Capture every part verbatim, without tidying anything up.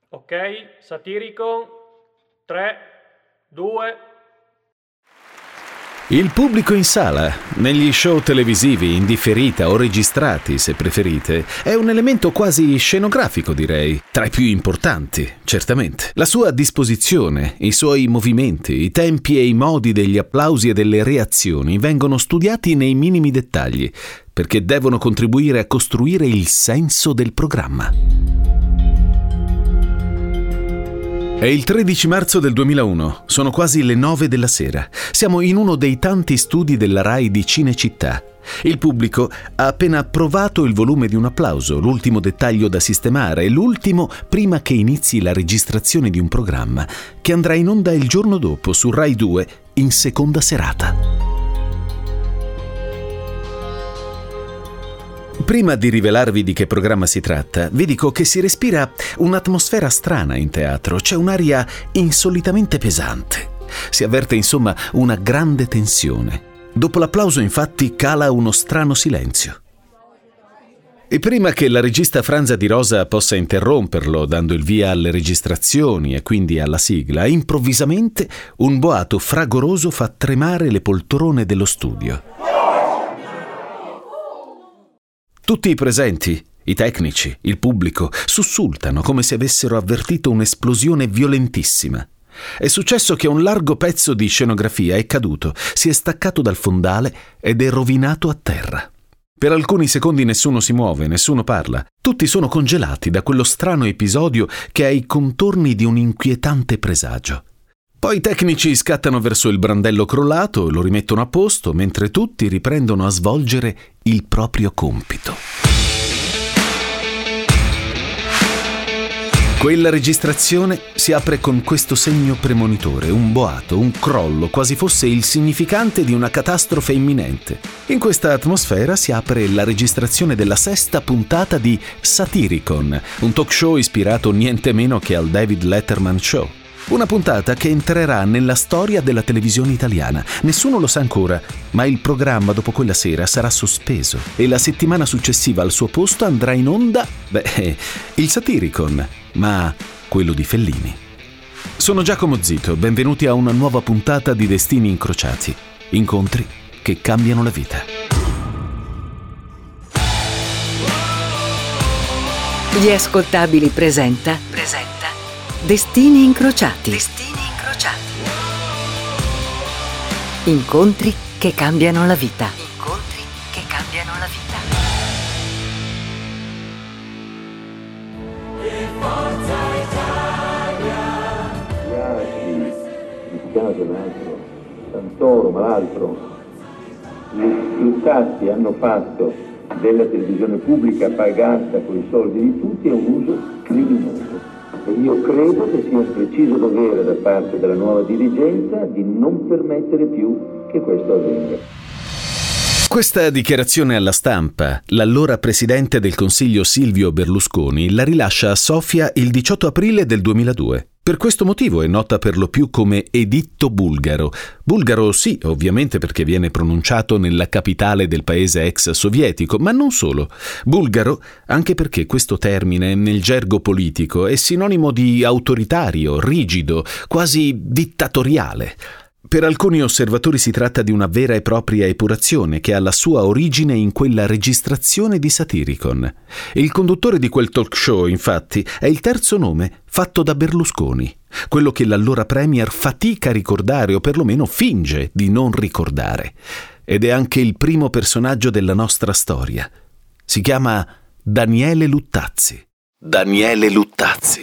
Ok, Satyricon, tre, due... Il pubblico in sala, negli show televisivi, in differita o registrati, se preferite, è un elemento quasi scenografico, direi, tra i più importanti, certamente. La sua disposizione, i suoi movimenti, i tempi e i modi degli applausi e delle reazioni vengono studiati nei minimi dettagli, perché devono contribuire a costruire il senso del programma. È il tredici marzo del duemilauno, sono quasi le nove della sera. Siamo in uno dei tanti studi della Rai di Cinecittà. Il pubblico ha appena provato il volume di un applauso, l'ultimo dettaglio da sistemare, l'ultimo prima che inizi la registrazione di un programma che andrà in onda il giorno dopo su Rai due in seconda serata. Prima di rivelarvi di che programma si tratta, vi dico che si respira un'atmosfera strana in teatro, c'è un'aria insolitamente pesante. Si avverte insomma una grande tensione. Dopo l'applauso infatti cala uno strano silenzio. E prima che la regista Franza Di Rosa possa interromperlo dando il via alle registrazioni e quindi alla sigla, improvvisamente un boato fragoroso fa tremare le poltrone dello studio. Tutti i presenti, i tecnici, il pubblico, sussultano come se avessero avvertito un'esplosione violentissima. È successo che un largo pezzo di scenografia è caduto, si è staccato dal fondale ed è rovinato a terra. Per alcuni secondi nessuno si muove, nessuno parla. Tutti sono congelati da quello strano episodio che ha i contorni di un inquietante presagio. Poi i tecnici scattano verso il brandello crollato, lo rimettono a posto, mentre tutti riprendono a svolgere il proprio compito. Quella registrazione si apre con questo segno premonitore, un boato, un crollo, quasi fosse il significante di una catastrofe imminente. In questa atmosfera si apre la registrazione della sesta puntata di Satyricon, un talk show ispirato niente meno che al David Letterman Show. Una puntata che entrerà nella storia della televisione italiana. Nessuno lo sa ancora, ma il programma dopo quella sera sarà sospeso e la settimana successiva al suo posto andrà in onda, beh, il Satyricon, ma quello di Fellini. Sono Giacomo Zito, benvenuti a una nuova puntata di Destini Incrociati, incontri che cambiano la vita. Gli Ascoltabili presenta presenta Destini Incrociati. Destini Incrociati. Incontri che cambiano la vita. Incontri che cambiano la vita. Forza Italia. Mi spiace un altro, Santoro, ma l'altro. I Luttazzi hanno fatto della televisione pubblica pagata con i soldi di tutti un uso criminoso. E io credo che sia un preciso dovere da parte della nuova dirigenza di non permettere più che questo avvenga. Questa dichiarazione alla stampa, l'allora presidente del Consiglio Silvio Berlusconi la rilascia a Sofia il diciotto aprile del duemiladue. Per questo motivo è nota per lo più come Editto Bulgaro. Bulgaro sì, ovviamente perché viene pronunciato nella capitale del paese ex sovietico, ma non solo. Bulgaro anche perché questo termine nel gergo politico è sinonimo di autoritario, rigido, quasi dittatoriale. Per alcuni osservatori si tratta di una vera e propria epurazione che ha la sua origine in quella registrazione di Satyricon. Il conduttore di quel talk show, infatti, è il terzo nome fatto da Berlusconi, quello che l'allora premier fatica a ricordare o perlomeno finge di non ricordare. Ed è anche il primo personaggio della nostra storia. Si chiama Daniele Luttazzi. Daniele Luttazzi.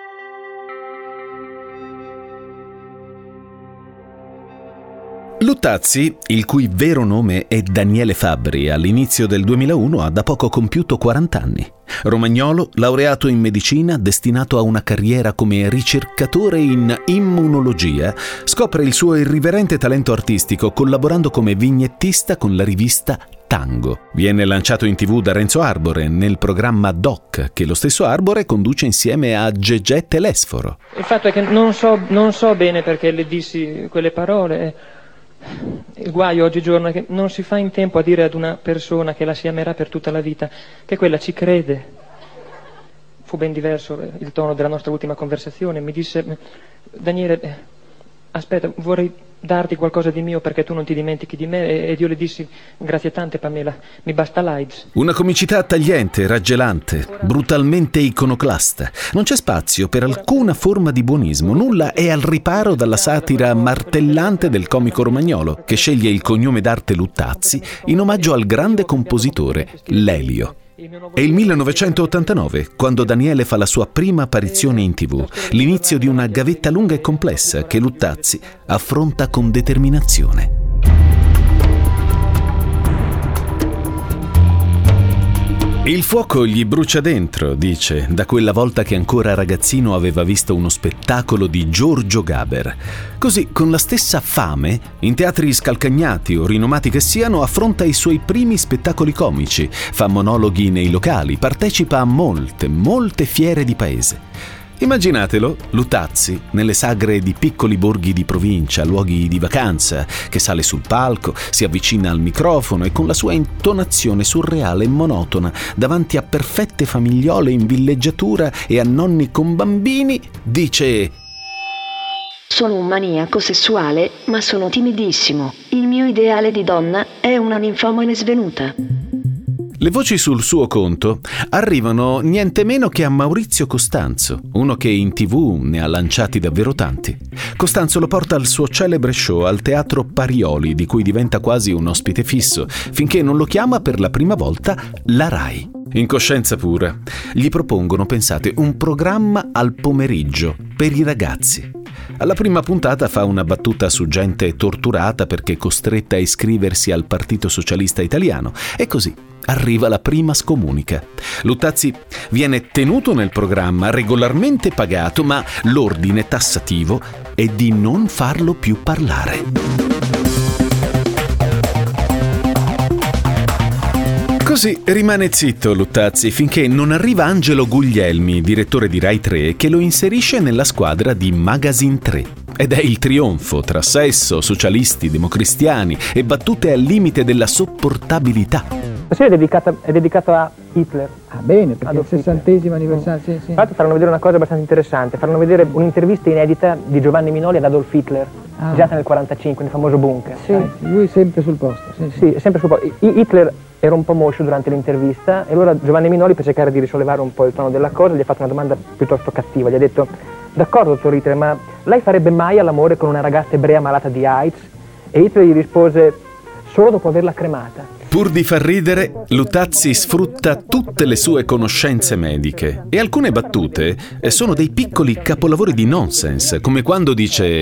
Luttazzi, il cui vero nome è Daniele Fabbri, all'inizio del duemilauno ha da poco compiuto quaranta anni. Romagnolo, laureato in medicina, destinato a una carriera come ricercatore in immunologia, scopre il suo irriverente talento artistico collaborando come vignettista con la rivista Tango. Viene lanciato in tivù da Renzo Arbore nel programma Doc, che lo stesso Arbore conduce insieme a Gegè Telesforo. Il fatto è che non so, non so bene perché le dissi quelle parole. Il guaio oggigiorno è che non si fa in tempo a dire ad una persona che la si amerà per tutta la vita che quella ci crede. fu ben diverso il tono della nostra ultima conversazione. Mi disse: Daniele, eh, aspetta, vorrei darti qualcosa di mio perché tu non ti dimentichi di me. Ed io le dissi: grazie tante, Pamela, mi basta l'AIDS. Una comicità tagliente, raggelante, brutalmente iconoclasta. Non c'è spazio per alcuna forma di buonismo, nulla è al riparo dalla satira martellante del comico romagnolo, che sceglie il cognome d'arte Luttazzi in omaggio al grande compositore Lelio. È il millenovecentottantanove, quando Daniele fa la sua prima apparizione in tivù, l'inizio di una gavetta lunga e complessa che Luttazzi affronta con determinazione. Il fuoco gli brucia dentro, dice, da quella volta che ancora ragazzino aveva visto uno spettacolo di Giorgio Gaber. Così, con la stessa fame, in teatri scalcagnati o rinomati che siano, affronta i suoi primi spettacoli comici, fa monologhi nei locali, partecipa a molte, molte fiere di paese. Immaginatelo, Luttazzi, nelle sagre di piccoli borghi di provincia, luoghi di vacanza, che sale sul palco, si avvicina al microfono e con la sua intonazione surreale e monotona, davanti a perfette famigliole in villeggiatura e a nonni con bambini, dice: sono un maniaco sessuale, ma sono timidissimo. Il mio ideale di donna è una ninfomane svenuta. Le voci sul suo conto arrivano niente meno che a Maurizio Costanzo, uno che in tivù ne ha lanciati davvero tanti. Costanzo lo porta al suo celebre show al Teatro Parioli, di cui diventa quasi un ospite fisso, finché non lo chiama per la prima volta la Rai. In coscienza pura, gli propongono, pensate, un programma al pomeriggio per i ragazzi. Alla prima puntata fa una battuta su gente torturata perché costretta a iscriversi al Partito Socialista Italiano e così arriva la prima scomunica. Luttazzi viene tenuto nel programma, regolarmente pagato, ma l'ordine tassativo è di non farlo più parlare. Così rimane zitto Luttazzi finché non arriva Angelo Guglielmi, direttore di Rai tre, che lo inserisce nella squadra di Magazine tre. Ed è il trionfo tra sesso, socialisti, democristiani e battute al limite della sopportabilità. La serie è dedicata, è dedicata a Hitler. Ah, bene, perché Adolf è il sessantesimo anniversario. Sì, sì. Tra l'altro faranno vedere una cosa abbastanza interessante, faranno vedere un'intervista inedita di Giovanni Minoli ad Adolf Hitler, ah. girata nel quarantacinque, nel famoso bunker. Sì, lui è sempre sul posto. Sì, sì. Sì, sempre sul posto. Hitler era un po' moscio durante l'intervista e allora Giovanni Minoli, per cercare di risollevare un po' il tono della cosa, gli ha fatto una domanda piuttosto cattiva. Gli ha detto: d'accordo, dottor Hitler, ma lei farebbe mai all'amore con una ragazza ebrea malata di AIDS? E Hitler gli rispose: solo dopo averla cremata. Pur di far ridere, Luttazzi sfrutta tutte le sue conoscenze mediche e alcune battute sono dei piccoli capolavori di nonsense, come quando dice: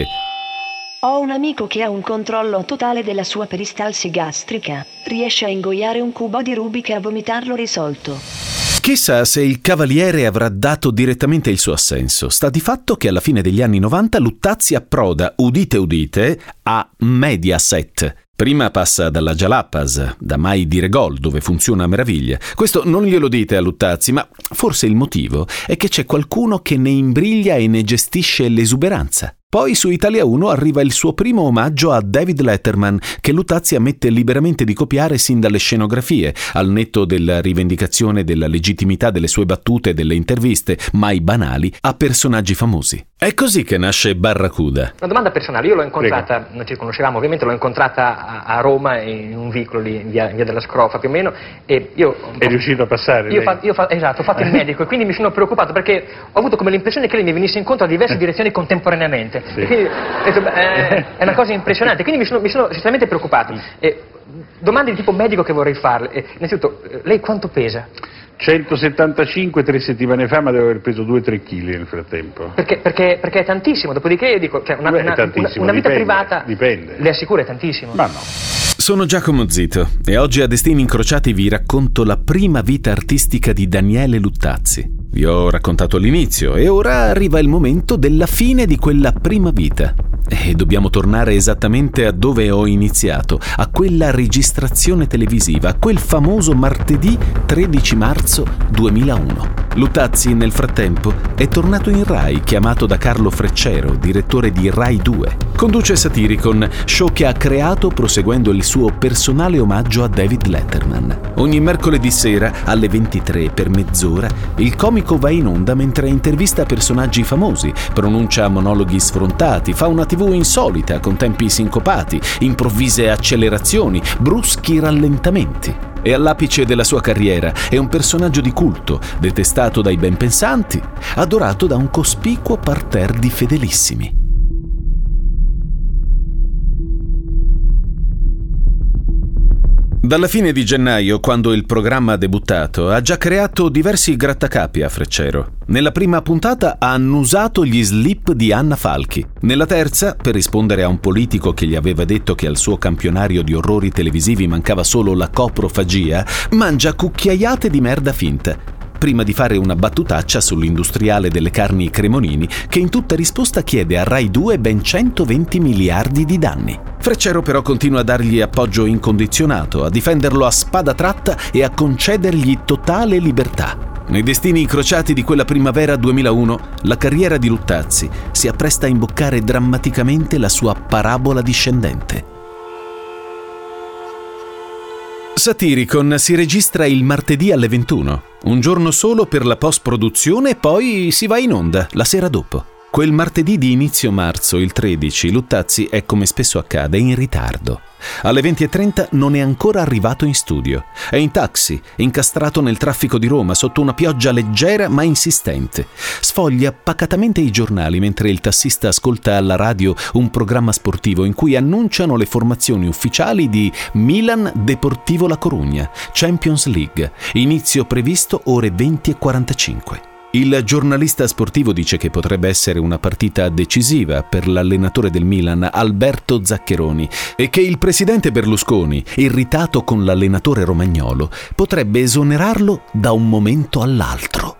ho un amico che ha un controllo totale della sua peristalsi gastrica. Riesce a ingoiare un cubo di Rubik e a vomitarlo risolto. Chissà se il Cavaliere avrà dato direttamente il suo assenso. Sta di fatto che alla fine degli anni novanta Luttazzi approda, udite udite, a Mediaset. Prima passa dalla Jalapas, da Mai dire gol, dove funziona a meraviglia. Questo non glielo dite a Luttazzi, ma forse il motivo è che c'è qualcuno che ne imbriglia e ne gestisce l'esuberanza. Poi su Italia uno arriva il suo primo omaggio a David Letterman, che Luttazzi ammette liberamente di copiare sin dalle scenografie, al netto della rivendicazione della legittimità delle sue battute e delle interviste, mai banali, a personaggi famosi. È così che nasce Barracuda. Una domanda personale, io l'ho incontrata, Prego. Non ci conoscevamo ovviamente, l'ho incontrata a, a Roma in un vicolo lì in via, in via della Scrofa più o meno, e io... È riuscito a passare? Io, fa, io fa, esatto, ho fatto il medico e quindi mi sono preoccupato perché ho avuto come l'impressione che lei mi venisse incontro a diverse direzioni contemporaneamente. Sì. E quindi ho detto, beh, è una cosa impressionante, quindi mi sono, mi sono sinceramente preoccupato. E, domande di tipo medico che vorrei farle. E, innanzitutto, lei quanto pesa? centosettantacinque, tre settimane fa, ma devo aver preso due tre chili nel frattempo. Perché, perché, perché è tantissimo, dopodiché io dico, cioè una, Beh, una, una, una vita dipende, privata, dipende. Le assicuro, è tantissimo. Ma no. Sono Giacomo Zito e oggi a Destini Incrociati vi racconto la prima vita artistica di Daniele Luttazzi. Vi ho raccontato l'inizio e ora arriva il momento della fine di quella prima vita. E dobbiamo tornare esattamente a dove ho iniziato, a quella registrazione televisiva, a quel famoso martedì tredici marzo duemilauno. Luttazzi nel frattempo è tornato in Rai, chiamato da Carlo Freccero, direttore di Rai due. Conduce Satyricon, show che ha creato proseguendo il suo personale omaggio a David Letterman. Ogni mercoledì sera alle ventitré per mezz'ora il comico va in onda mentre intervista personaggi famosi, pronuncia monologhi sfrontati, fa una tivù insolita con tempi sincopati, improvvise accelerazioni, bruschi rallentamenti. E all'apice della sua carriera è un personaggio di culto, detestato dai benpensanti, adorato da un cospicuo parterre di fedelissimi. Dalla fine di gennaio, quando il programma ha debuttato, ha già creato diversi grattacapi a Freccero. Nella prima puntata ha annusato gli slip di Anna Falchi. Nella terza, per rispondere a un politico che gli aveva detto che al suo campionario di orrori televisivi mancava solo la coprofagia, mangia cucchiaiate di merda finta, prima di fare una battutaccia sull'industriale delle carni Cremonini che in tutta risposta chiede a Rai due ben centoventi miliardi di danni. Freccero però continua a dargli appoggio incondizionato, a difenderlo a spada tratta e a concedergli totale libertà. Nei destini incrociati di quella primavera duemilauno, la carriera di Luttazzi si appresta a imboccare drammaticamente la sua parabola discendente. Satyricon si registra il martedì alle ventuno, un giorno solo per la post-produzione e poi si va in onda la sera dopo. Quel martedì di inizio marzo, il tredici, Luttazzi è, come spesso accade, in ritardo. Alle venti e trenta non è ancora arrivato in studio. È in taxi, incastrato nel traffico di Roma, sotto una pioggia leggera ma insistente. Sfoglia pacatamente i giornali mentre il tassista ascolta alla radio un programma sportivo in cui annunciano le formazioni ufficiali di Milan Deportivo La Corugna, Champions League, inizio previsto ore venti e quarantacinque. Il giornalista sportivo dice che potrebbe essere una partita decisiva per l'allenatore del Milan, Alberto Zaccheroni, e che il presidente Berlusconi, irritato con l'allenatore romagnolo, potrebbe esonerarlo da un momento all'altro.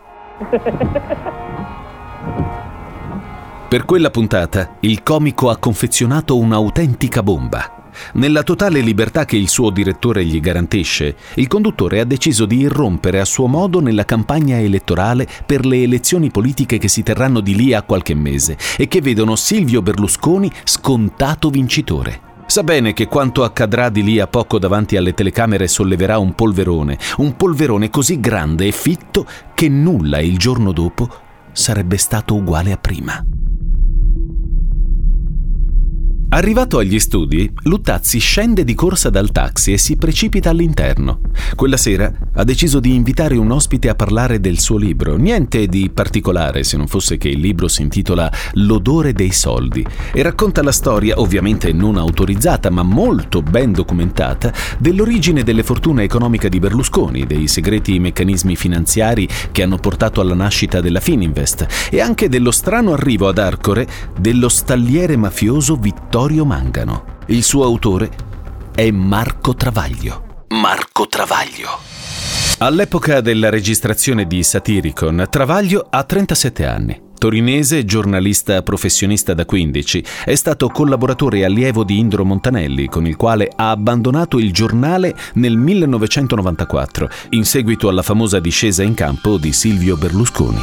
Per quella puntata, il comico ha confezionato un'autentica bomba. Nella totale libertà che il suo direttore gli garantisce, il conduttore ha deciso di irrompere a suo modo nella campagna elettorale per le elezioni politiche che si terranno di lì a qualche mese e che vedono Silvio Berlusconi scontato vincitore. Sa bene che quanto accadrà di lì a poco davanti alle telecamere solleverà un polverone, un polverone così grande e fitto che nulla il giorno dopo sarebbe stato uguale a prima. Arrivato agli studi, Luttazzi scende di corsa dal taxi e si precipita all'interno. Quella sera ha deciso di invitare un ospite a parlare del suo libro. Niente di particolare, se non fosse che il libro si intitola L'odore dei soldi e racconta la storia, ovviamente non autorizzata ma molto ben documentata, dell'origine delle fortune economiche di Berlusconi, dei segreti meccanismi finanziari che hanno portato alla nascita della Fininvest e anche dello strano arrivo ad Arcore dello stalliere mafioso Vittorio Mangano. Il suo autore è Marco Travaglio. Marco Travaglio. All'epoca della registrazione di Satyricon, Travaglio ha trentasette anni. Torinese, giornalista professionista da quindici, è stato collaboratore e allievo di Indro Montanelli, con il quale ha abbandonato il giornale nel millenovecentonovantaquattro, in seguito alla famosa discesa in campo di Silvio Berlusconi.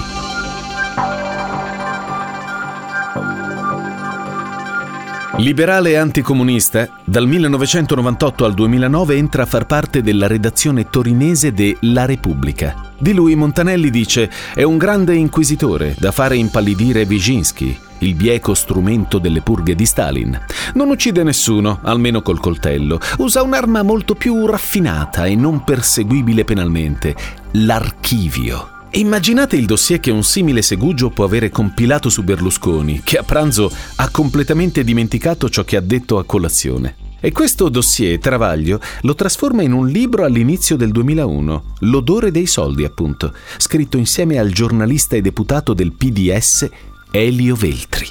Liberale e anticomunista, dal millenovecentonovantotto al duemilanove entra a far parte della redazione torinese de La Repubblica. Di lui Montanelli dice: è un grande inquisitore, da fare impallidire Wyszynski, il bieco strumento delle purghe di Stalin. Non uccide nessuno, almeno col coltello. Usa un'arma molto più raffinata e non perseguibile penalmente: l'archivio. Immaginate il dossier che un simile segugio può avere compilato su Berlusconi, che a pranzo ha completamente dimenticato ciò che ha detto a colazione. E questo dossier Travaglio lo trasforma in un libro all'inizio del duemilauno, L'odore dei soldi, appunto, scritto insieme al giornalista e deputato del P D S Elio Veltri.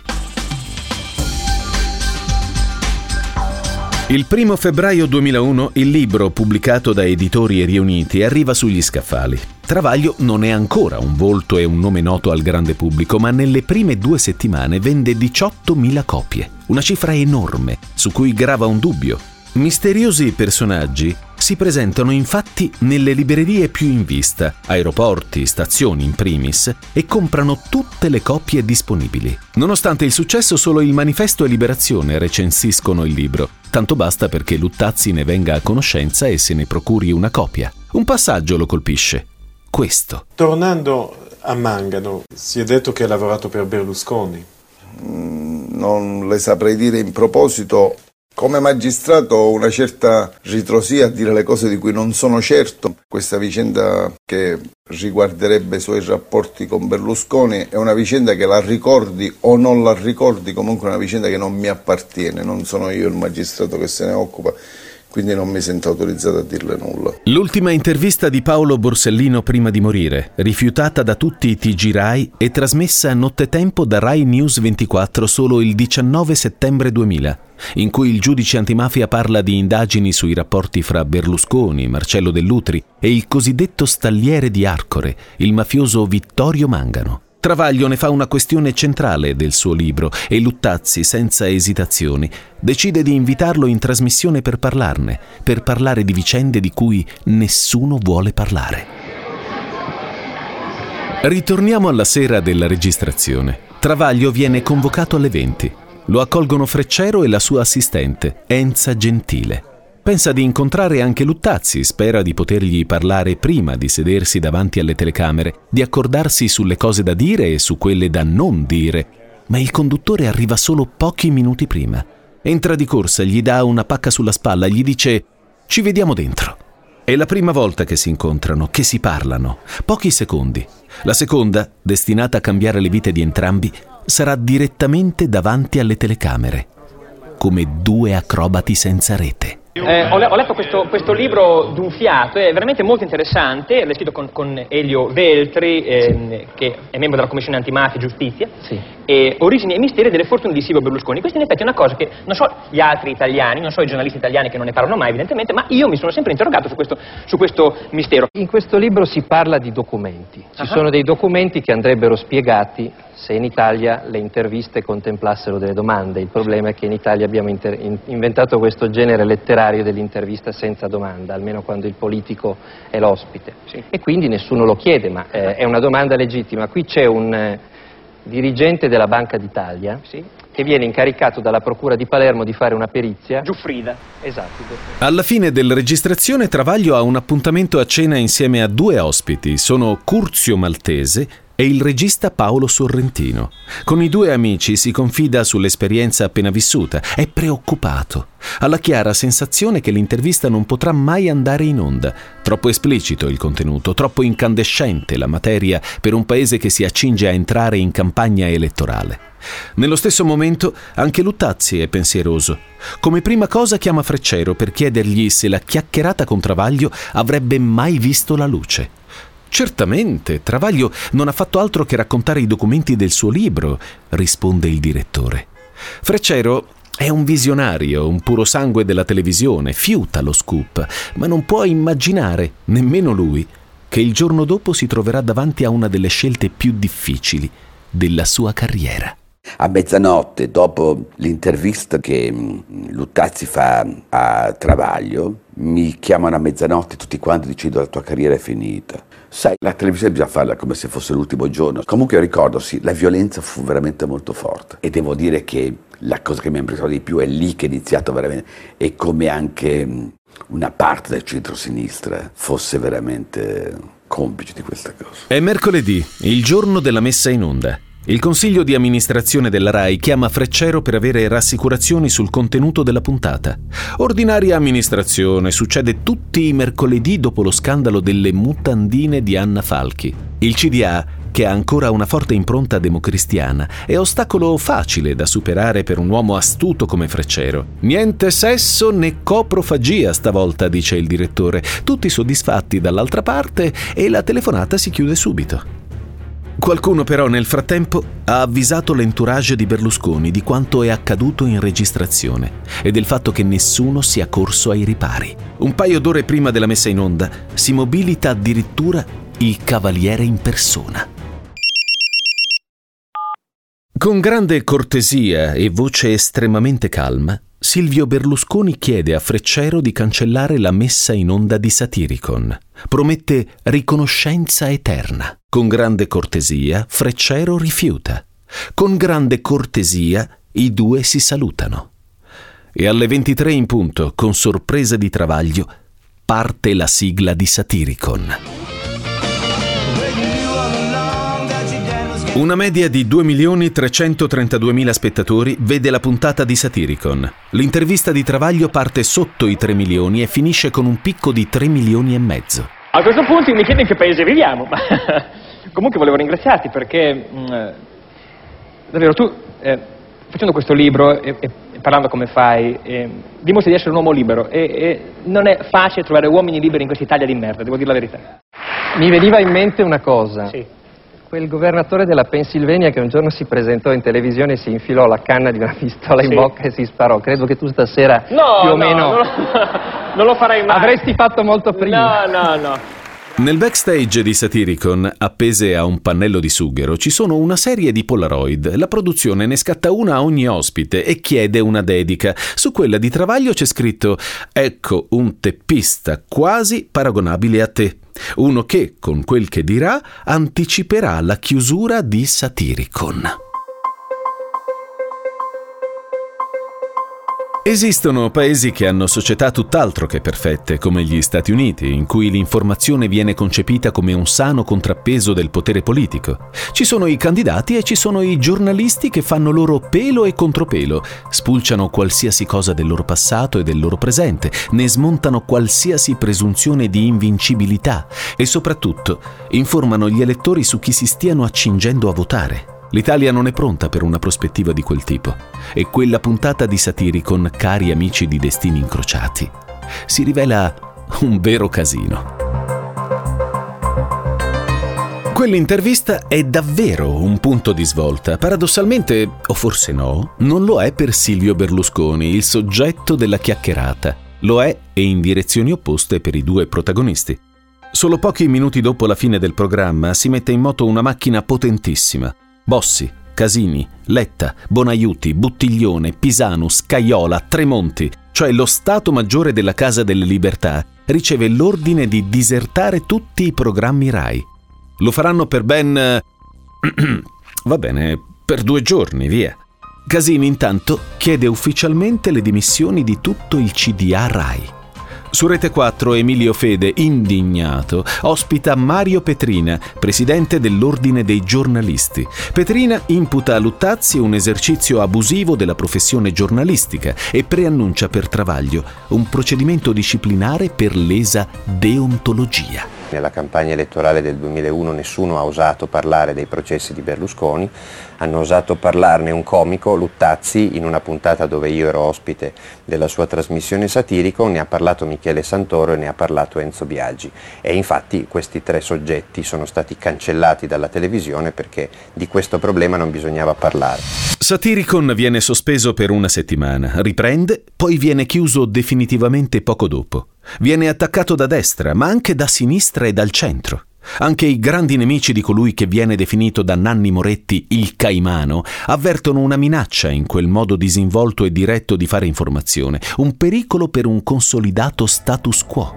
Il primo febbraio duemilauno il libro, pubblicato da Editori Riuniti, arriva sugli scaffali. Travaglio non è ancora un volto e un nome noto al grande pubblico, ma nelle prime due settimane vende diciottomila copie, una cifra enorme su cui grava un dubbio. Misteriosi personaggi si presentano infatti nelle librerie più in vista, aeroporti, stazioni in primis, e comprano tutte le copie disponibili. Nonostante il successo, solo il Manifesto e Liberazione recensiscono il libro. Tanto basta perché Luttazzi ne venga a conoscenza e se ne procuri una copia. Un passaggio lo colpisce. Questo. Tornando a Mangano, si è detto che ha lavorato per Berlusconi. Mm, non le saprei dire in proposito. Come magistrato ho una certa ritrosia a dire le cose di cui non sono certo. Questa vicenda che riguarderebbe i suoi rapporti con Berlusconi è una vicenda che la ricordi o non la ricordi, comunque è una vicenda che non mi appartiene, non sono io il magistrato che se ne occupa, quindi non mi sento autorizzato a dirle nulla. L'ultima intervista di Paolo Borsellino prima di morire, rifiutata da tutti i T G Rai e trasmessa a nottetempo da Rai News ventiquattro solo il diciannove settembre duemila, in cui il giudice antimafia parla di indagini sui rapporti fra Berlusconi, Marcello Dell'Utri e il cosiddetto stalliere di Arcore, il mafioso Vittorio Mangano. Travaglio ne fa una questione centrale del suo libro e Luttazzi, senza esitazioni, decide di invitarlo in trasmissione per parlarne, per parlare di vicende di cui nessuno vuole parlare. Ritorniamo alla sera della registrazione. Travaglio viene convocato alle venti. Lo accolgono Freccero e la sua assistente, Enza Gentile. Pensa di incontrare anche Luttazzi, spera di potergli parlare prima di sedersi davanti alle telecamere, di accordarsi sulle cose da dire e su quelle da non dire, ma il conduttore arriva solo pochi minuti prima. Entra di corsa, gli dà una pacca sulla spalla, gli dice «Ci vediamo dentro». È la prima volta che si incontrano, che si parlano, pochi secondi. La seconda, destinata a cambiare le vite di entrambi, sarà direttamente davanti alle telecamere, come due acrobati senza rete. Eh, ho, le- ho letto questo, questo libro d'un fiato, è veramente molto interessante, l'ho scritto con, con Elio Veltri, ehm, che è membro della Commissione Antimafia e Giustizia, sì. e Origini e misteri delle fortune di Silvio Berlusconi. Questa in effetti è una cosa che non so gli altri italiani, non so i giornalisti italiani che non ne parlano mai evidentemente, ma io mi sono sempre interrogato su questo, su questo mistero. In questo libro si parla di documenti, ci uh-huh. sono dei documenti che andrebbero spiegati se in Italia le interviste contemplassero delle domande. Il problema è che in Italia abbiamo inter- in- inventato questo genere letterario dell'intervista senza domanda, almeno quando il politico è l'ospite. Sì. E quindi nessuno lo chiede, ma eh, è una domanda legittima. Qui c'è un eh, dirigente della Banca d'Italia sì. che viene incaricato dalla Procura di Palermo di fare una perizia. Giuffrida. Esatto. Alla fine della registrazione Travaglio ha un appuntamento a cena insieme a due ospiti. Sono Curzio Maltese e il regista Paolo Sorrentino. Con i due amici si confida sull'esperienza appena vissuta. È preoccupato. Ha la chiara sensazione che l'intervista non potrà mai andare in onda. Troppo esplicito il contenuto, troppo incandescente la materia per un paese che si accinge a entrare in campagna elettorale. Nello stesso momento anche Luttazzi è pensieroso. Come prima cosa chiama Freccero per chiedergli se la chiacchierata con Travaglio avrebbe mai visto la luce. Certamente, Travaglio non ha fatto altro che raccontare i documenti del suo libro, risponde il direttore. Freccero è un visionario, un puro sangue della televisione, fiuta lo scoop, ma non può immaginare, nemmeno lui, che il giorno dopo si troverà davanti a una delle scelte più difficili della sua carriera. A mezzanotte, dopo l'intervista che Luttazzi fa a Travaglio, mi chiamano a mezzanotte tutti quanti dicendo la tua carriera è finita. Sai, la televisione bisogna farla come se fosse l'ultimo giorno. Comunque io ricordo, sì, la violenza fu veramente molto forte e devo dire che la cosa che mi ha impressionato di più è lì che è iniziato veramente, e come anche una parte del centro-sinistra fosse veramente complice di questa cosa. È mercoledì, il giorno della messa in onda. Il consiglio di amministrazione della Rai chiama Freccero per avere rassicurazioni sul contenuto della puntata. Ordinaria amministrazione, succede tutti i mercoledì dopo lo scandalo delle mutandine di Anna Falchi. Il C D A, che ha ancora una forte impronta democristiana, è ostacolo facile da superare per un uomo astuto come Freccero. Niente sesso né coprofagia stavolta, dice il direttore. Tutti soddisfatti dall'altra parte e la telefonata si chiude subito. Qualcuno però nel frattempo ha avvisato l'entourage di Berlusconi di quanto è accaduto in registrazione e del fatto che nessuno sia corso ai ripari. Un paio d'ore prima della messa in onda si mobilita addirittura il cavaliere in persona. Con grande cortesia e voce estremamente calma, Silvio Berlusconi chiede a Freccero di cancellare la messa in onda di Satyricon. Promette riconoscenza eterna. Con grande cortesia, Freccero rifiuta. Con grande cortesia, i due si salutano. E alle ventitré in punto, con sorpresa di Travaglio, parte la sigla di Satyricon. Una media di due milioni trecentotrentaduemila spettatori vede la puntata di Satyricon. L'intervista di Travaglio parte sotto i tre milioni e finisce con un picco di tre milioni e mezzo. A questo punto io mi chiedo in che paese viviamo, ma comunque volevo ringraziarti perché mh, davvero tu, eh, facendo questo libro e, e parlando come fai, eh, dimostri di essere un uomo libero e, e non è facile trovare uomini liberi in questa Italia di merda, devo dire la verità. Mi veniva in mente una cosa. Sì. Quel governatore della Pennsylvania che un giorno si presentò in televisione e si infilò la canna di una pistola in Sì. bocca e si sparò. Credo che tu stasera No, più o no, meno non lo, non lo farei mai. avresti fatto molto prima. No, no, no. Nel backstage di Satyricon, appese a un pannello di sughero, ci sono una serie di Polaroid. La produzione ne scatta una a ogni ospite e chiede una dedica. Su quella di Travaglio c'è scritto: «Ecco un teppista quasi paragonabile a te. Uno che, con quel che dirà, anticiperà la chiusura di Satyricon». Esistono paesi che hanno società tutt'altro che perfette, come gli Stati Uniti, in cui l'informazione viene concepita come un sano contrappeso del potere politico. Ci sono i candidati e ci sono i giornalisti che fanno loro pelo e contropelo, spulciano qualsiasi cosa del loro passato e del loro presente, ne smontano qualsiasi presunzione di invincibilità e soprattutto informano gli elettori su chi si stiano accingendo a votare. L'Italia non è pronta per una prospettiva di quel tipo e quella puntata di Satyricon, cari amici di Destini Incrociati, si rivela un vero casino. Quell'intervista è davvero un punto di svolta. Paradossalmente, o forse no, non lo è per Silvio Berlusconi, il soggetto della chiacchierata. Lo è e in direzioni opposte per i due protagonisti. Solo pochi minuti dopo la fine del programma si mette in moto una macchina potentissima. Bossi, Casini, Letta, Bonaiuti, Buttiglione, Pisanu, Scajola, Tremonti, cioè lo Stato Maggiore della Casa delle Libertà, riceve l'ordine di disertare tutti i programmi Rai. Lo faranno per ben... va bene, per due giorni, via. Casini intanto chiede ufficialmente le dimissioni di tutto il C D A Rai. Su Rete quattro Emilio Fede, indignato, ospita Mario Petrina, presidente dell'Ordine dei Giornalisti. Petrina imputa a Luttazzi un esercizio abusivo della professione giornalistica e preannuncia per Travaglio un procedimento disciplinare per lesa deontologia. Nella campagna elettorale del duemilauno nessuno ha osato parlare dei processi di Berlusconi, hanno osato parlarne un comico, Luttazzi, in una puntata dove io ero ospite della sua trasmissione Satyricon, ne ha parlato Michele Santoro e ne ha parlato Enzo Biagi. E infatti questi tre soggetti sono stati cancellati dalla televisione perché di questo problema non bisognava parlare. Satyricon viene sospeso per una settimana, riprende, poi viene chiuso definitivamente poco dopo. Viene attaccato da destra, ma anche da sinistra e dal centro. Anche i grandi nemici di colui che viene definito da Nanni Moretti il Caimano avvertono una minaccia in quel modo disinvolto e diretto di fare informazione, un pericolo per un consolidato status quo.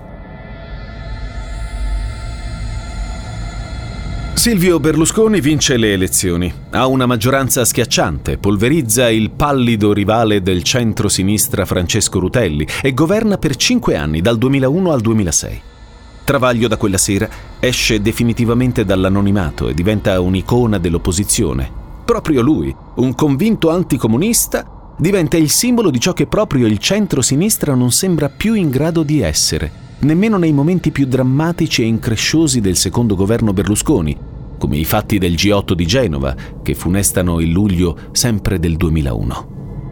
Silvio Berlusconi vince le elezioni, ha una maggioranza schiacciante, polverizza il pallido rivale del centro-sinistra Francesco Rutelli e governa per cinque anni, dal duemilauno al duemilasei. Travaglio da quella sera esce definitivamente dall'anonimato e diventa un'icona dell'opposizione. Proprio lui, un convinto anticomunista, diventa il simbolo di ciò che proprio il centro-sinistra non sembra più in grado di essere, nemmeno nei momenti più drammatici e incresciosi del secondo governo Berlusconi, come i fatti del G otto di Genova, che funestano il luglio sempre del duemilauno.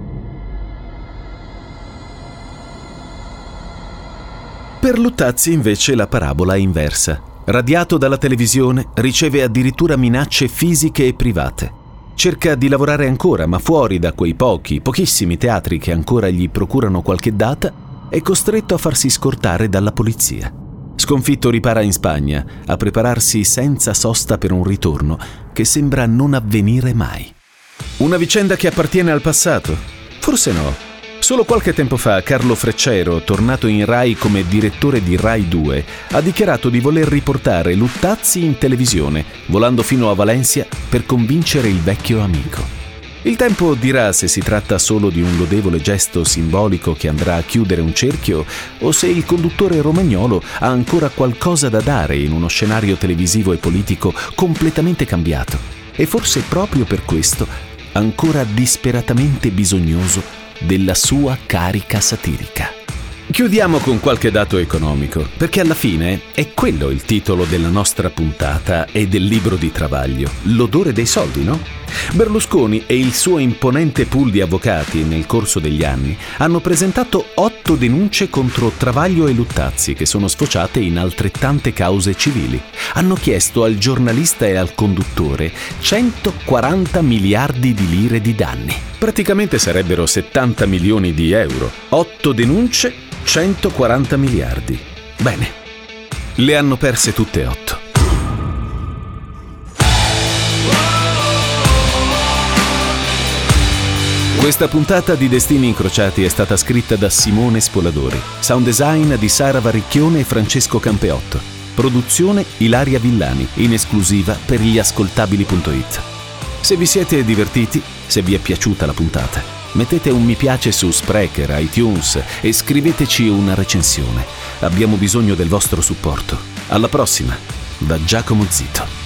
Per Luttazzi invece la parabola è inversa. Radiato dalla televisione, riceve addirittura minacce fisiche e private. Cerca di lavorare ancora, ma fuori da quei pochi, pochissimi teatri che ancora gli procurano qualche data, è costretto a farsi scortare dalla polizia. Sconfitto ripara in Spagna, a prepararsi senza sosta per un ritorno che sembra non avvenire mai. Una vicenda che appartiene al passato? Forse no. Solo qualche tempo fa Carlo Freccero, tornato in Rai come direttore di Rai due, ha dichiarato di voler riportare Luttazzi in televisione, volando fino a Valencia per convincere il vecchio amico. Il tempo dirà se si tratta solo di un lodevole gesto simbolico che andrà a chiudere un cerchio o se il conduttore romagnolo ha ancora qualcosa da dare in uno scenario televisivo e politico completamente cambiato e forse proprio per questo ancora disperatamente bisognoso della sua carica satirica. Chiudiamo con qualche dato economico, perché alla fine è quello il titolo della nostra puntata e del libro di Travaglio, l'odore dei soldi, no? Berlusconi e il suo imponente pool di avvocati nel corso degli anni hanno presentato otto denunce contro Travaglio e Luttazzi che sono sfociate in altrettante cause civili. Hanno chiesto al giornalista e al conduttore centoquaranta miliardi di lire di danni. Praticamente sarebbero settanta milioni di euro. Otto denunce, centoquaranta miliardi. Bene, le hanno perse tutte e otto. Questa puntata di Destini Incrociati è stata scritta da Simone Spoladori, sound design di Sara Varricchione e Francesco Campeotto, produzione Ilaria Villani, in esclusiva per gli ascoltabili punto it. Se vi siete divertiti, se vi è piaciuta la puntata, mettete un mi piace su Spreaker, iTunes e scriveteci una recensione. Abbiamo bisogno del vostro supporto. Alla prossima, da Giacomo Zito.